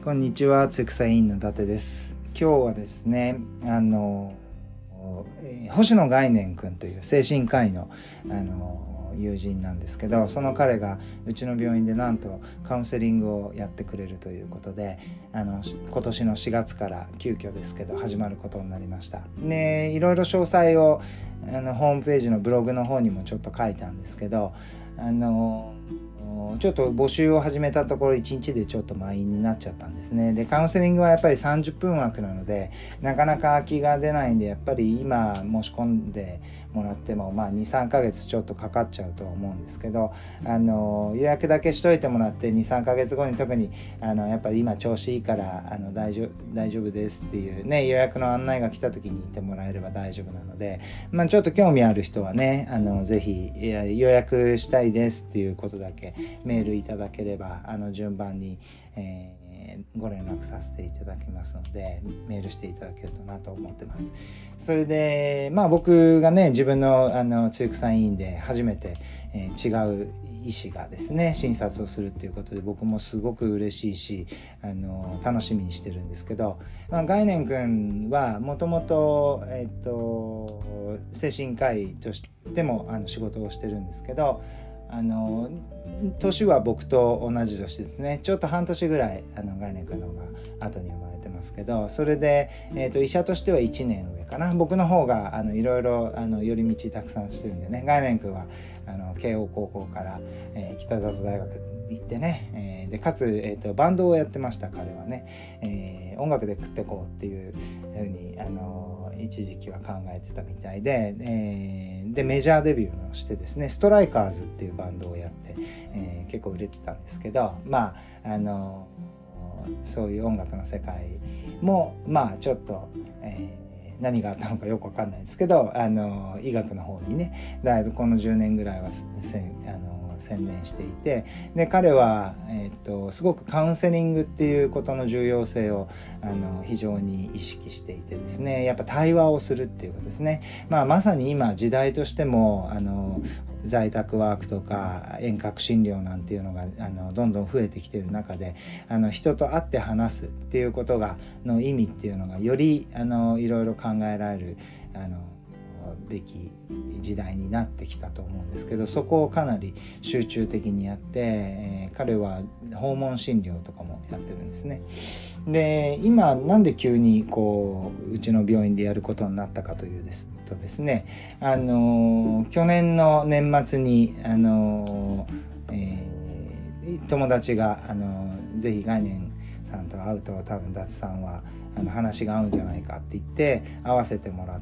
こんにちは、つくさ委員の伊達です。今日はですね、星野概念君という精神科医の、友人なんですけど、その彼がうちの病院でなんとカウンセリングをやってくれるということで、今年の4月から急遽ですけど始まることになりました。で、いろいろ詳細をホームページのブログの方にもちょっと書いたんですけど、ちょっと募集を始めたところ1日でちょっと満員になっちゃったんですね。で、カウンセリングはやっぱり30分枠なのでなかなか空きが出ないんで、やっぱり今申し込んでもらっても2、3ヶ月ちょっとかかっちゃうと思うんですけど、予約だけしといてもらって2、3ヶ月後に特にやっぱり今調子いいから大丈夫ですっていうね、予約の案内が来た時に言ってもらえれば大丈夫なので、ちょっと興味ある人はね、ぜひ予約したいですっていうことだけメールいただければ順番に、ご連絡させていただきますので、メールしていただけるとなと思ってます。それで僕がね、自分のつゆくさん委員で初めて、違う医師がですね診察をするっていうことで、僕もすごく嬉しいし楽しみにしてるんですけど、概念くんはもともと精神科医としても仕事をしてるんですけど、年は僕と同じ年ですね。ちょっと半年ぐらい概念君の方が後に生まれてますけど、それで、医者としては1年上かな。僕の方がいろいろ寄り道たくさんしてるんでね。概念君は慶応高校から、北里大学行ってね、でかつ、バンドをやってました。彼はね、音楽で食ってこうっていうふうに一時期は考えてたみたいで、でメジャーデビューをしてですね、ストライカーズっていうバンドをやって、結構売れてたんですけど、そういう音楽の世界もちょっと、何があったのかよく分かんないですけど、医学の方にねだいぶこの10年ぐらいは専念していて、で彼は、すごくカウンセリングっていうことの重要性を非常に意識していてですね、やっぱ対話をするっていうことですね。まさに今時代としても在宅ワークとか遠隔診療なんていうのがどんどん増えてきている中で、人と会って話すっていうことがの意味っていうのがよりいろいろ考えられるべき時代になってきたと思うんですけど、そこをかなり集中的にやって、彼は訪問診療とかもやってるんですね。で、今なんで急にうちの病院でやることになったかというとですね、去年の年末に友達がぜひ概念さんと会うと多分伊達さんは話が合うんじゃないかって言って会わせてもらって、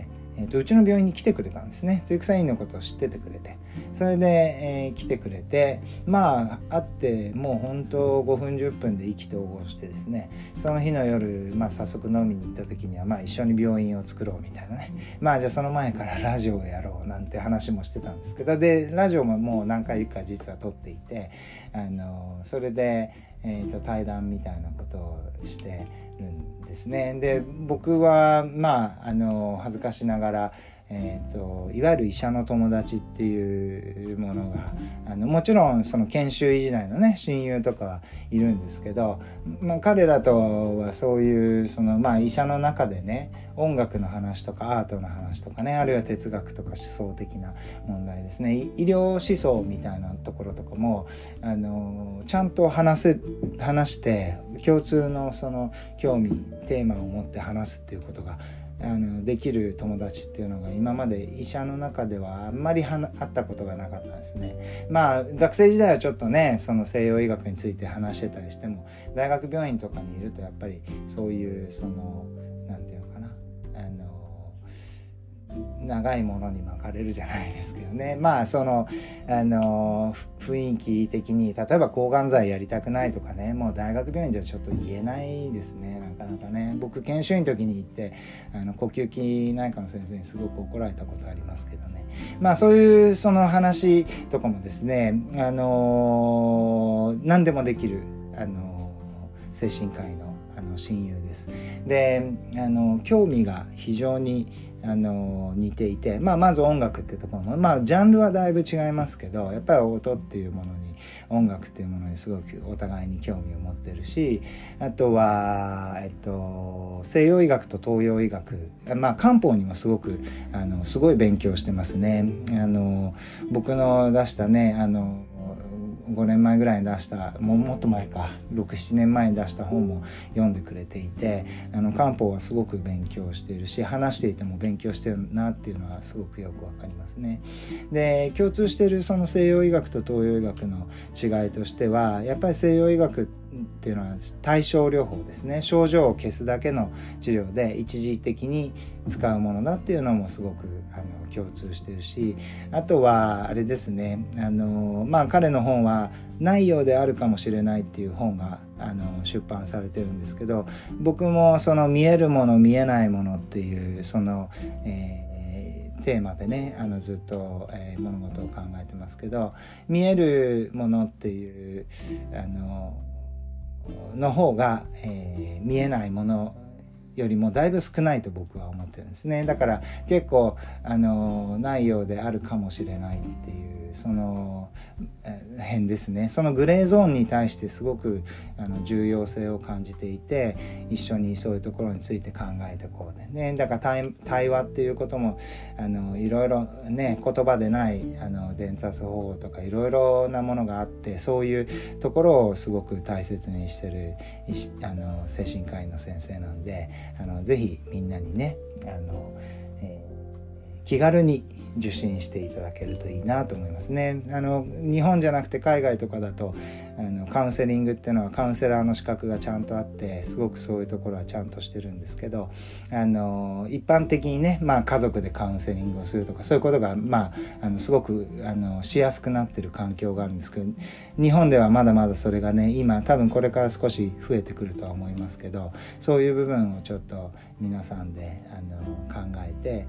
うちの病院に来てくれたんですね。つゆくさん委員のことを知っててくれて、それで、来てくれて、会ってもう本当5分10分で意気投合してですね、その日の夜、早速飲みに行った時には一緒に病院を作ろうみたいなね、じゃあその前からラジオをやろうなんて話もしてたんですけど、でラジオももう何回か実は撮っていて、それで、対談みたいなことをしてるんですね。で、僕は恥ずかしながらいわゆる医者の友達っていうものがもちろんその研修医時代のね親友とかはいるんですけど、彼らとはそういう医者の中でね、音楽の話とかアートの話とかね、あるいは哲学とか思想的な問題ですね、医療思想みたいなところとかもちゃんと話して共通のその興味テーマを持って話すっていうことができる友達っていうのが今まで医者の中ではあんまり会ったことがなかったんですね。学生時代はちょっとねその西洋医学について話してたりしても、大学病院とかにいるとやっぱりそういうなんていうのかな、長いものに巻かれるじゃないですけどね。雰囲気的に例えば抗がん剤やりたくないとかね、もう大学病院じゃちょっと言えないですね、なかなかね。僕研修医の時に行って呼吸器内科の先生にすごく怒られたことありますけどね。そういうその話とかもですね、何でもできる精神科医の親友です。で興味が非常に似ていて、まず音楽ってところの、ジャンルはだいぶ違いますけど、やっぱり音っていうものに、音楽っていうものにすごくお互いに興味を持ってるし、あとは、西洋医学と東洋医学、漢方にもすごくすごい勉強してますね。僕の出したね5年前ぐらいに出したもっと前か 6,7 年前に出した本も読んでくれていて、漢方はすごく勉強しているし、話していても勉強してるなっていうのはすごくよくわかりますね。で共通しているその西洋医学と東洋医学の違いとしては、やっぱり西洋医学っていうのは対症療法ですね。症状を消すだけの治療で一時的に使うものだっていうのもすごく共通してるし、あとはあれですね、彼の本はないようであるかもしれないっていう本が出版されてるんですけど、僕もその見えるもの見えないものっていうその、テーマでねずっと、物事を考えてますけど、見えるものっていうの方が、見えないものよりもだいぶ少ないと僕は思ってるんですね。だから結構ないようであるかもしれないっていうその辺ですね。そのグレーゾーンに対してすごく重要性を感じていて、一緒にそういうところについて考えてこうでね。だから対話っていうこともいろいろね、言葉でない伝達方法とかいろいろなものがあって、そういうところをすごく大切にしてる精神科医の先生なんで、ぜひみんなにね気軽に受診していただけるといいなと思いますね。日本じゃなくて海外とかだとカウンセリングっていうのはカウンセラーの資格がちゃんとあって、すごくそういうところはちゃんとしてるんですけど、一般的にね、家族でカウンセリングをするとかそういうことがすごくしやすくなってる環境があるんですけど、日本ではまだまだそれがね、今多分これから少し増えてくるとは思いますけど、そういう部分をちょっと皆さんで考えて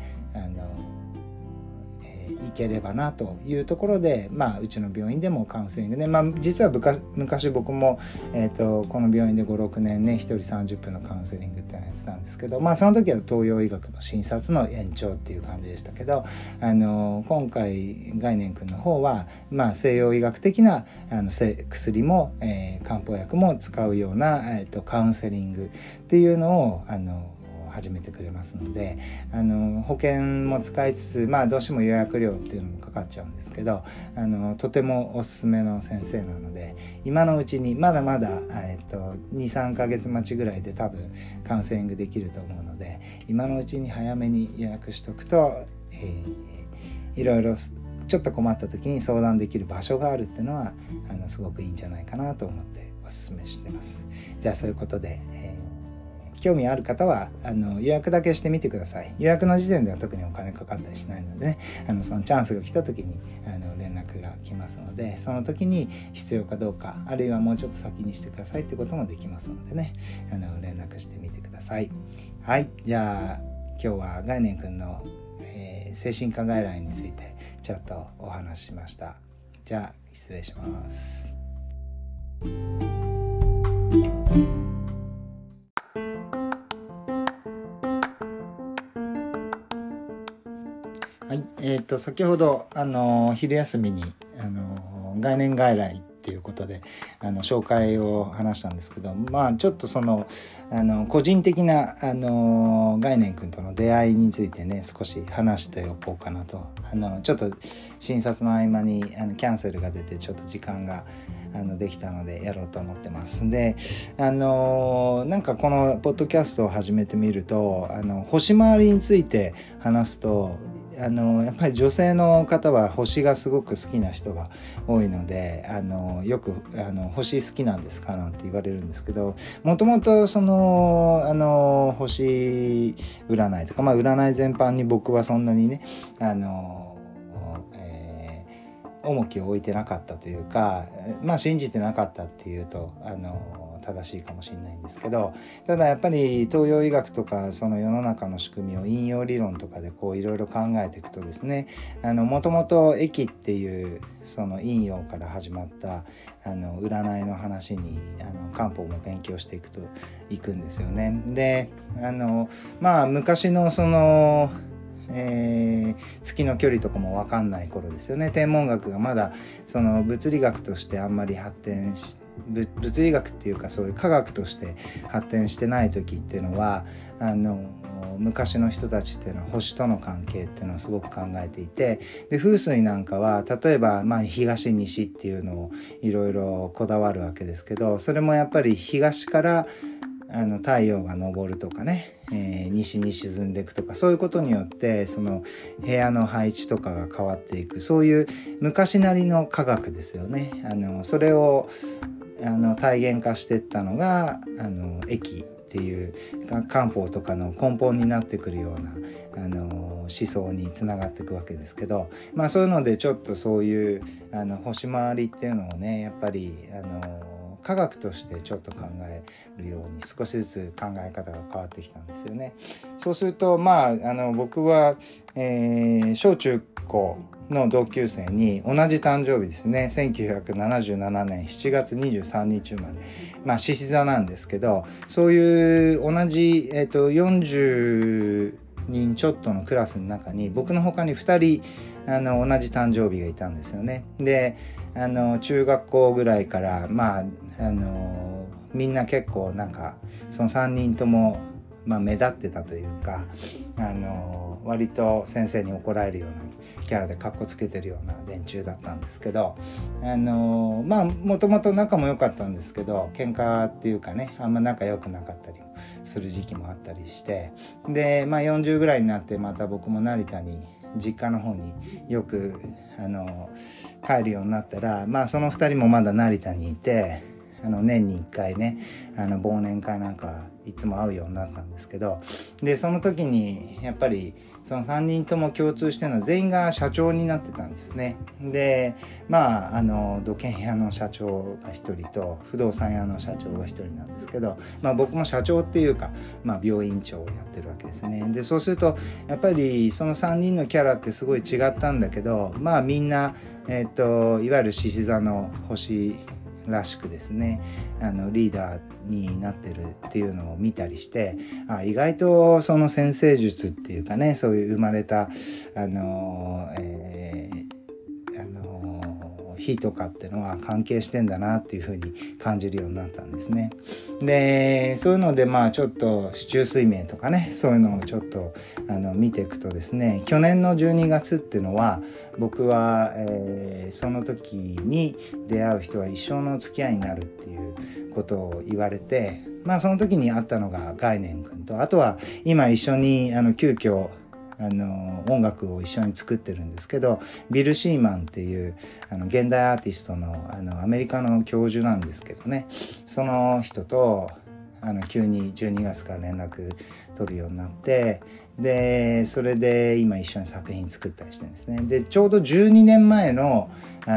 いければなというところで、うちの病院でもカウンセリングで、実は昔僕も、この病院で 5,6 年ね1人30分のカウンセリングってやってたんですけど、その時は東洋医学の診察の延長っていう感じでしたけど、今回概念君の方は、西洋医学的な薬も、漢方薬も使うような、カウンセリングっていうのを始めてくれますので、保険も使いつつ、どうしても予約料っていうのもかかっちゃうんですけど、とてもおすすめの先生なので、今のうちにまだまだ、2,3 ヶ月待ちぐらいで多分カウンセリングできると思うので、今のうちに早めに予約しとくと、いろいろちょっと困った時に相談できる場所があるっていうのはすごくいいんじゃないかなと思っておすすめしてます。じゃあそういうことで、興味ある方は予約だけしてみてください。予約の時点では特にお金かかったりしないのでね、そのチャンスが来た時に連絡が来ますので、その時に必要かどうか、あるいはもうちょっと先にしてくださいってこともできますのでね、連絡してみてください。はい、じゃあ今日は概念くんの、精神科外来についてちょっとお話ししました。じゃあ失礼します。はい、先ほど昼休みに概念外来っていうことで紹介を話したんですけど、ちょっとその個人的な概念君との出会いについてね少し話しておこうかなと。ちょっと診察の合間にキャンセルが出てちょっと時間ができたのでやろうと思ってます。でなんかこのポッドキャストを始めてみると星回りについて話すとやっぱり女性の方は星がすごく好きな人が多いのでよく星好きなんですかなんて言われるんですけど、もともとその星占いとか、占い全般に僕はそんなにね重きを置いてなかったというか、信じてなかったっていうと正しいかもしれないんですけど、ただやっぱり東洋医学とかその世の中の仕組みを陰陽理論とかでこういろいろ考えていくとですね、もともと易っていうその陰陽から始まった占いの話に漢方も勉強していくんですよね。で昔のその月の距離とかも分かんない頃ですよね。天文学がまだその物理学としてあんまり発展し物理学っていうかそういう科学として発展してない時っていうのは昔の人たちっていうのは星との関係っていうのをすごく考えていて、で風水なんかは例えば東西っていうのをいろいろこだわるわけですけど、それもやっぱり東から太陽が昇るとかね、西に沈んでいくとか、そういうことによってその部屋の配置とかが変わっていく、そういう昔なりの科学ですよね。それを体現化していったのが易っていう漢方とかの根本になってくるような思想につながっていくわけですけど、そういうのでちょっとそういう星回りっていうのをね、やっぱり科学としてちょっと考えるように少しずつ考え方が変わってきたんですよね。そうすると僕は、小中高の同級生に同じ誕生日ですね、1977年7月23日生まれ、獅子座なんですけど、そういう同じ、40人ちょっとのクラスの中に僕の他に2人同じ誕生日がいたんですよね。で中学校ぐらいからみんな結構なんかその3人とも目立ってたというか割と先生に怒られるようなキャラでカッコつけてるような連中だったんですけど、もともと仲も良かったんですけど、喧嘩っていうかね、あんま仲良くなかったりもする時期もあったりして、で40ぐらいになってまた僕も成田に実家の方によく帰るようになったら、その2人もまだ成田にいて、年に1回ね忘年会なんかいつも会うようになったんですけど、でその時にやっぱりその3人とも共通してるのは全員が社長になってたんですね。で土建屋の社長が1人と不動産屋の社長が1人なんですけど、僕も社長っていうか、病院長をやってるわけですね。でそうするとやっぱりその3人のキャラってすごい違ったんだけど、みんないわゆる獅子座の星らしくですね、リーダーになってるっていうのを見たりして、意外とその占星術っていうかね、そういう生まれた日とかっていうのは関係してんだなっていうふうに感じるようになったんですね。でそういうのでちょっと四柱推命とかね、そういうのをちょっと見ていくとですね、去年の12月っていうのは僕は、その時に出会う人は一生の付き合いになるっていうことを言われて、その時に会ったのが概念君と、あとは今一緒に急遽音楽を一緒に作ってるんですけど、ビル・シーマンっていう現代アーティストのアメリカの教授なんですけどね、その人と急に12月から連絡取るようになって、でそれで今一緒に作品作ったりしてるんですね。でちょうど12年前の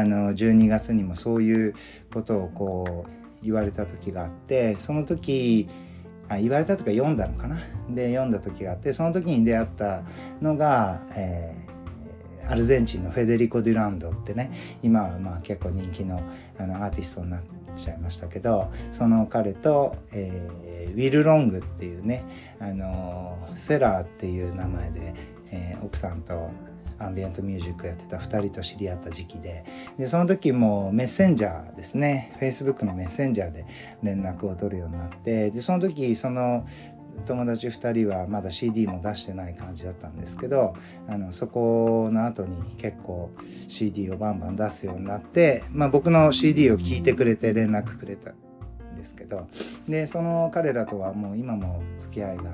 12月にもそういうことをこう言われた時があって、その時言われたとか読んだのかな、で読んだ時があって、その時に出会ったのが、アルゼンチンのフェデリコ・デュランドってね、今は結構人気のアーティストになっちゃいましたけど、その彼と、ウィル・ロングっていうねセラーっていう名前で、奥さんとアンビエントミュージックやってた2人と知り合った時期で、その時もメッセンジャーですね、 Facebook のメッセンジャーで連絡を取るようになって、でその時その友達2人はまだ CD も出してない感じだったんですけど、そこの後に結構 CD をバンバン出すようになって、僕の CD を聴いてくれて連絡くれたんですけど、でその彼らとはもう今も付き合いがあって、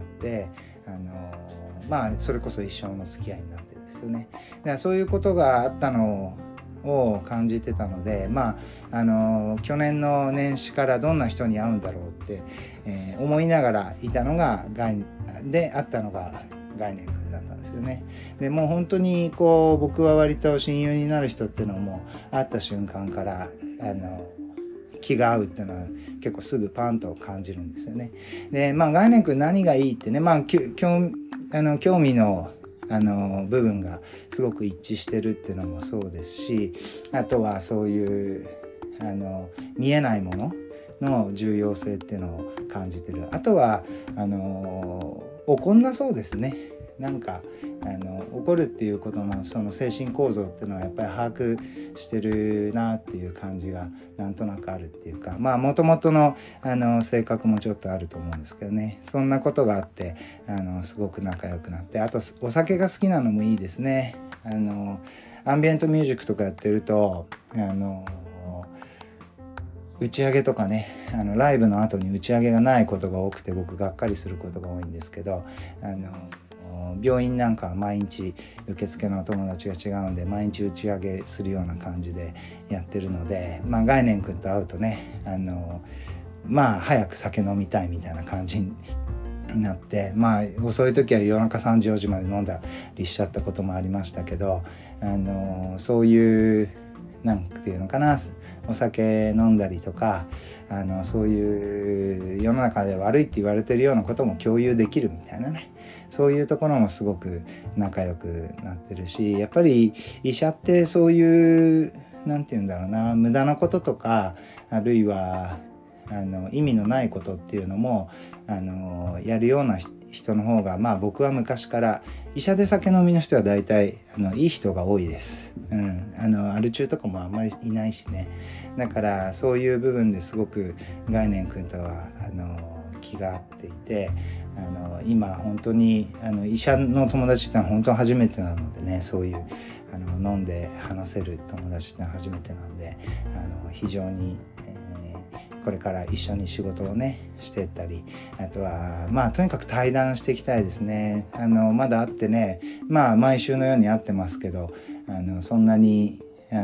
それこそ一生の付き合いになってるんですよね。だからそういうことがあったのを感じてたので、去年の年始からどんな人に会うんだろうって、思いながらいたのがであったのが概念君だったんですよね。でもう本当に僕は割と親友になる人っていうのも会った瞬間から気が合うっていうのは結構すぐパンと感じるんですよね。で概念君何がいいってね、興味の部分がすごく一致してるっていうのもそうですし、あとはそういう見えないものの重要性っていうのを感じてる。あとは怒んなそうですね。なんか怒るっていうことのその精神構造っていうのはやっぱり把握してるなっていう感じがなんとなくあるっていうか、もともとの性格もちょっとあると思うんですけどね。そんなことがあってすごく仲良くなって、あとお酒が好きなのもいいですね。アンビエントミュージックとかやってると打ち上げとかね、ライブの後に打ち上げがないことが多くて僕がっかりすることが多いんですけど、病院なんかは毎日受付の友達が違うんで毎日打ち上げするような感じでやってるので、概念君と会うとね早く酒飲みたいみたいな感じになって、遅い時は夜中3時4時まで飲んだりしちゃったこともありましたけど、そういうなんていうのかな、お酒飲んだりとかそういう世の中で悪いって言われてるようなことも共有できるみたいなね、そういうところもすごく仲良くなってるし、やっぱり医者ってそういうなんていうんだろうな、無駄なこととかあるいは意味のないことっていうのもやるような人の方が僕は昔から医者で酒飲みの人は大体いい人が多いです。アル中とかもあんまりいないしね。だからそういう部分ですごく概念君とは気が合っていて、今本当に医者の友達ってのは本当に初めてなのでね、そういう飲んで話せる友達ってのは初めてなんで非常にこれから一緒に仕事をねしていったり、あとはとにかく対談していきたいですね。まだ会ってね、毎週のように会ってますけどそんなに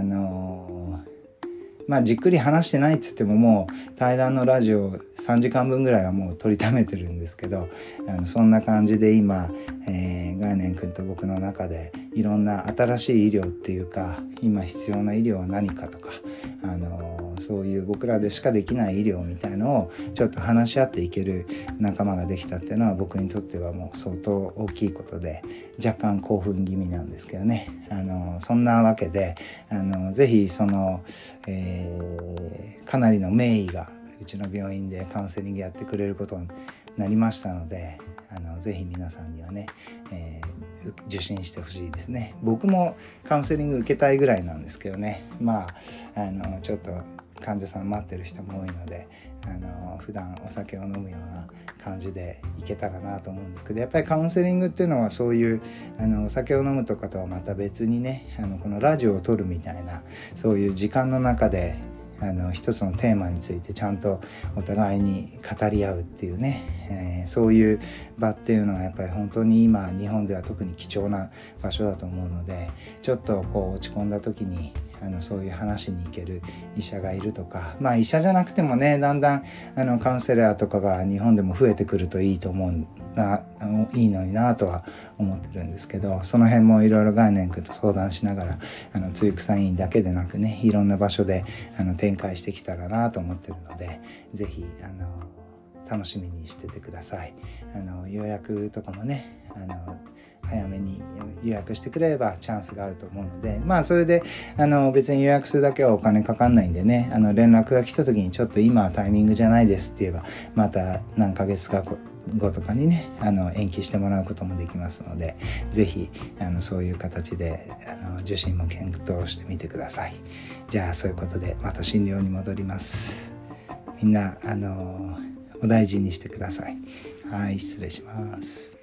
じっくり話してないっつってももう対談のラジオ3時間分ぐらいはもう取りためてるんですけど、そんな感じで今、概念君と僕の中でいろんな新しい医療っていうか、今必要な医療は何かとかそういう僕らでしかできない医療みたいのをちょっと話し合っていける仲間ができたっていうのは僕にとってはもう相当大きいことで、若干興奮気味なんですけどね。そんなわけでぜひその、かなりの名医がうちの病院でカウンセリングやってくれることになりましたので、ぜひ皆さんにはね、受診してほしいですね。僕もカウンセリング受けたいぐらいなんですけどね、ちょっと患者さん待ってる人も多いので普段お酒を飲むような感じでいけたらなと思うんですけど、やっぱりカウンセリングっていうのはそういうお酒を飲むとかとはまた別にねこのラジオを撮るみたいなそういう時間の中で一つのテーマについてちゃんとお互いに語り合うっていうね、そういう場っていうのはやっぱり本当に今日本では特に貴重な場所だと思うので、ちょっと落ち込んだ時にそういう話に行ける医者がいるとか、医者じゃなくてもねだんだんカウンセラーとかが日本でも増えてくるといいと思ういいのになとは思ってるんですけど、その辺もいろいろ概念君と相談しながらつゆくさ院だけでなくねいろんな場所で展開してきたらなと思ってるので、ぜひ楽しみにしててください。予約とかもね早めに予約してくれればチャンスがあると思うので、それで別に予約するだけはお金かかんないんでね連絡が来た時にちょっと今はタイミングじゃないですって言えばまた何ヶ月か後とかにね延期してもらうこともできますので、ぜひそういう形で受診も検討してみてください。じゃあそういうことでまた診療に戻ります。みんなお大事にしてください。はい、失礼します。